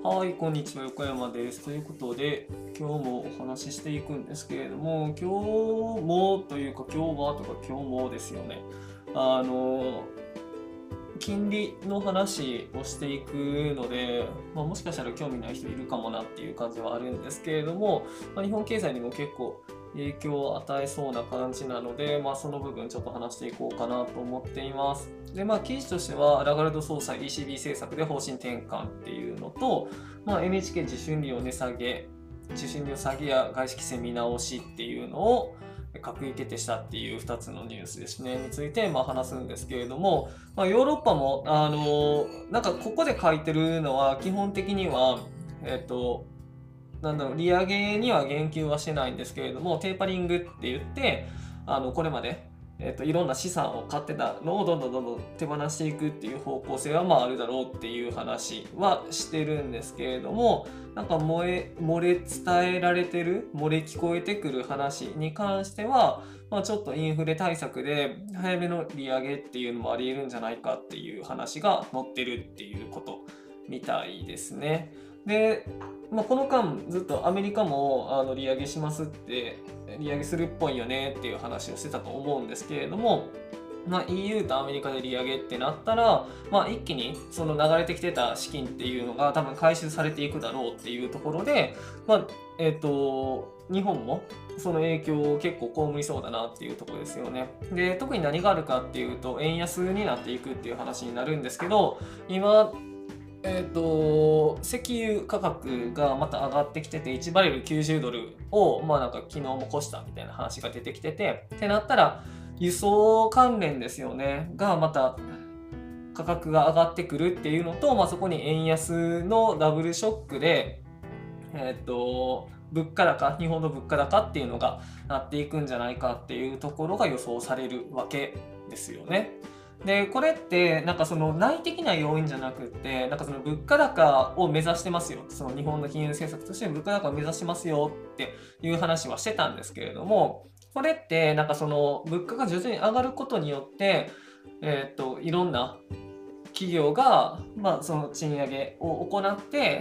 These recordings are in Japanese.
はい、こんにちは、横山です。ということで、今日もお話ししていくんですけれども、今日もというか、今日はとか今日もですよね。あの、金利の話をしていくので、もしかしたら興味ない人いるかもなっていう感じはあるんですけれども、日本経済にも結構影響を与えそうな感じなので、その部分ちょっと話していこうかなと思っています。で、記事としては、ラガルド総裁 ECB 政策で方針転換っていうのと、NHK 受信料値下げ、受信料下げや外資規制見直しっていうのを閣議決定したっていう2つのニュースですね、について話すんですけれども、ヨーロッパも、なんかここで書いてるのは、基本的には、利上げには言及はしてないんですけれども、テーパリングって言って、これまで、いろんな資産を買ってたのをどんどん手放していくっていう方向性はあるだろうっていう話はしてるんですけれども、なんか漏れ伝えられてる、漏れ聞こえてくる話に関しては、ちょっとインフレ対策で早めの利上げっていうのもあり得るんじゃないかっていう話が載ってるっていうことみたいですね。で、この間ずっとアメリカも利上げしますって利上げするっぽいよねっていう話をしてたと思うんですけれども、EU とアメリカで利上げってなったら、一気にその流れてきてた資金っていうのが多分回収されていくだろうっていうところで、日本もその影響を結構被りそうだなっていうところですよね。で、特に何があるかっていうと、円安になっていくっていう話になるんですけど、今、石油価格がまた上がってきてて、1バレル90ドルを、なんか昨日も越したみたいな話が出てきてて、ってなったら、輸送関連ですよね、がまた価格が上がってくるっていうのと、そこに円安のダブルショックで、物価高、日本の物価高っていうのがなっていくんじゃないかっていうところが予想されるわけですよね。で、これってなんかその内的な要因じゃなくって、なんかその物価高を目指してますよ。その日本の金融政策として物価高を目指してますよっていう話はしてたんですけれども、これってなんかその物価が徐々に上がることによって、いろんな企業が、その賃上げを行って、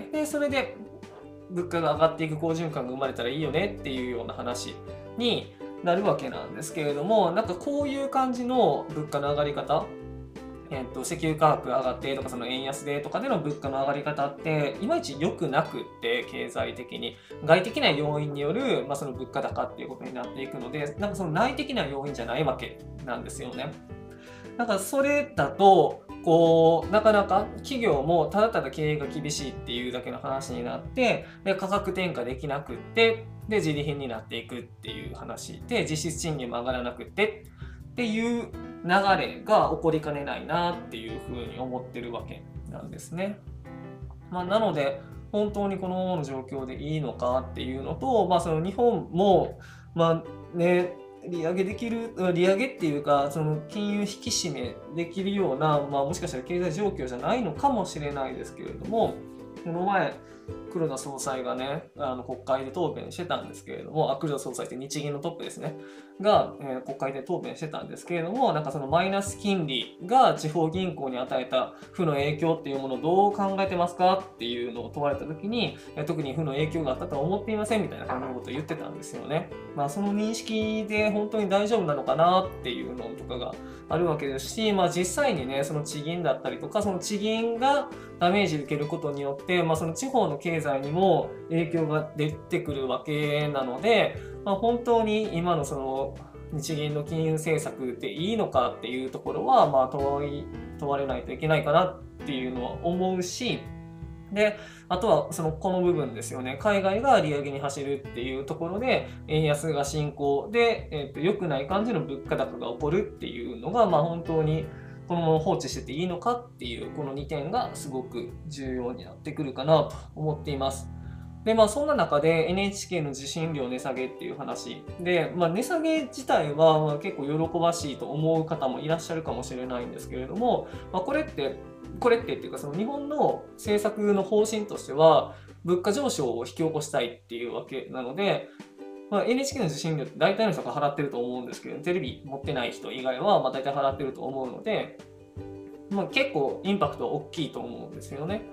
で、それで物価が上がっていく好循環が生まれたらいいよねっていうような話になるわけなんですけれども、なんかこういう感じの物価の上がり方、石油価格が上がってとか、その円安でとかでの物価の上がり方って、いまいち良くなくって、経済的に。外的な要因による、その物価高っていうことになっていくので、なんかその内的な要因じゃないわけなんですよね。なんかそれだと、なかなか企業もただただ経営が厳しいっていうだけの話になって、で、価格転嫁できなくって、で、自利品になっていくっていう話で、実質賃金も上がらなくっていう流れが起こりかねないなっていうふうに思ってるわけなんですね。なので、本当にこのままの状況でいいのかっていうのと、その日本も、利上げできる、利上げっていうか、その金融引き締めできるような、もしかしたら経済状況じゃないのかもしれないですけれども、この前、黒田総裁がね、国会で答弁してたんですけれども、黒田総裁って日銀のトップですね、が、国会で答弁してたんですけれども、なんかそのマイナス金利が地方銀行に与えた負の影響っていうものをどう考えてますかっていうのを問われたときに、特に負の影響があったとは思っていませんみたいな感じのことを言ってたんですよね。その認識で本当に大丈夫なのかなっていうのとかがあるわけですし、実際にね、その地銀だったりとか、その地銀がダメージ受けることによって、その地方の経済にも影響が出てくるわけなので、本当に今のその日銀の金融政策でいいのかっていうところは、問われないといけないかなっていうのは思うし、で、あとはこの部分ですよね。海外が利上げに走るっていうところで、円安が進行で、良くない感じの物価高が起こるっていうのが、本当にこのまま放置してていいのかっていう、この2点がすごく重要になってくるかなと思っています。で、そんな中で NHK の受信料値下げっていう話で、値下げ自体は結構喜ばしいと思う方もいらっしゃるかもしれないんですけれども、これってっていうか、その日本の政策の方針としては、物価上昇を引き起こしたいっていうわけなので、NHK の受信料って大体の人が払ってると思うんですけど、テレビ持ってない人以外は大体払ってると思うので、結構インパクト大きいと思うんですよね。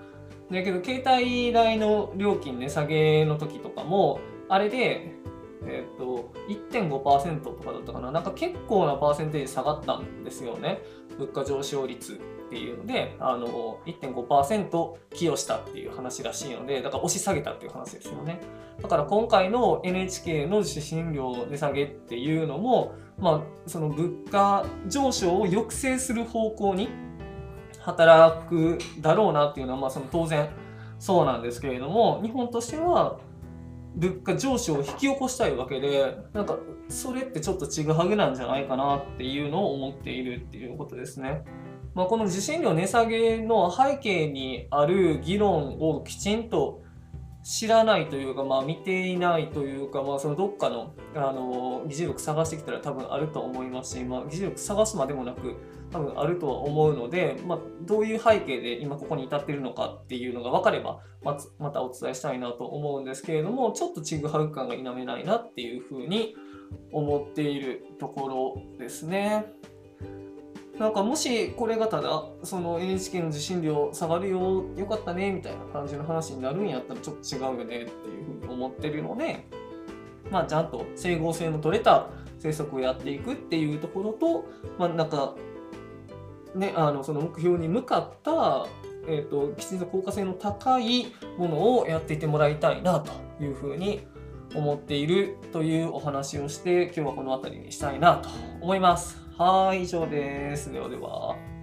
だけど携帯代の料金値下げの時とかもあれで、1.5% とかだったかな、なんか結構なパーセンテージ下がったんですよね。物価上昇率っていうので、1.5% 寄与したっていう話らしいので、だから押し下げたっていう話ですよね。だから今回の NHK の受信料値下げっていうのも、その物価上昇を抑制する方向に働くだろうなっていうのは、その当然そうなんですけれども、日本としては物価上昇を引き起こしたいわけで、なんかそれってちょっとちぐはぐなんじゃないかなっていうのを思っているっていうことですね。この受信料値下げの背景にある議論をきちんと知らないというか、見ていないというか、そのどっかの、議事録探してきたら多分あると思いますし、議事録探すまでもなく多分あるとは思うので、どういう背景で今ここに至っているのかっていうのが分かれば、またお伝えしたいなと思うんですけれども、ちょっとちぐはぐ感が否めないなっていうふうに思っているところですね。なんかもしこれがただその NHK の受信料下がるよ、よかったねみたいな感じの話になるんやったらちょっと違うよねっていうふうに思ってるので、ちゃんと整合性の取れた政策をやっていくっていうところと、なんかね、その目標に向かった、きちんと効果性の高いものをやっていってもらいたいなというふうに思っているというお話をして、今日はこの辺りにしたいなと思います。はい、以上です。ではでは。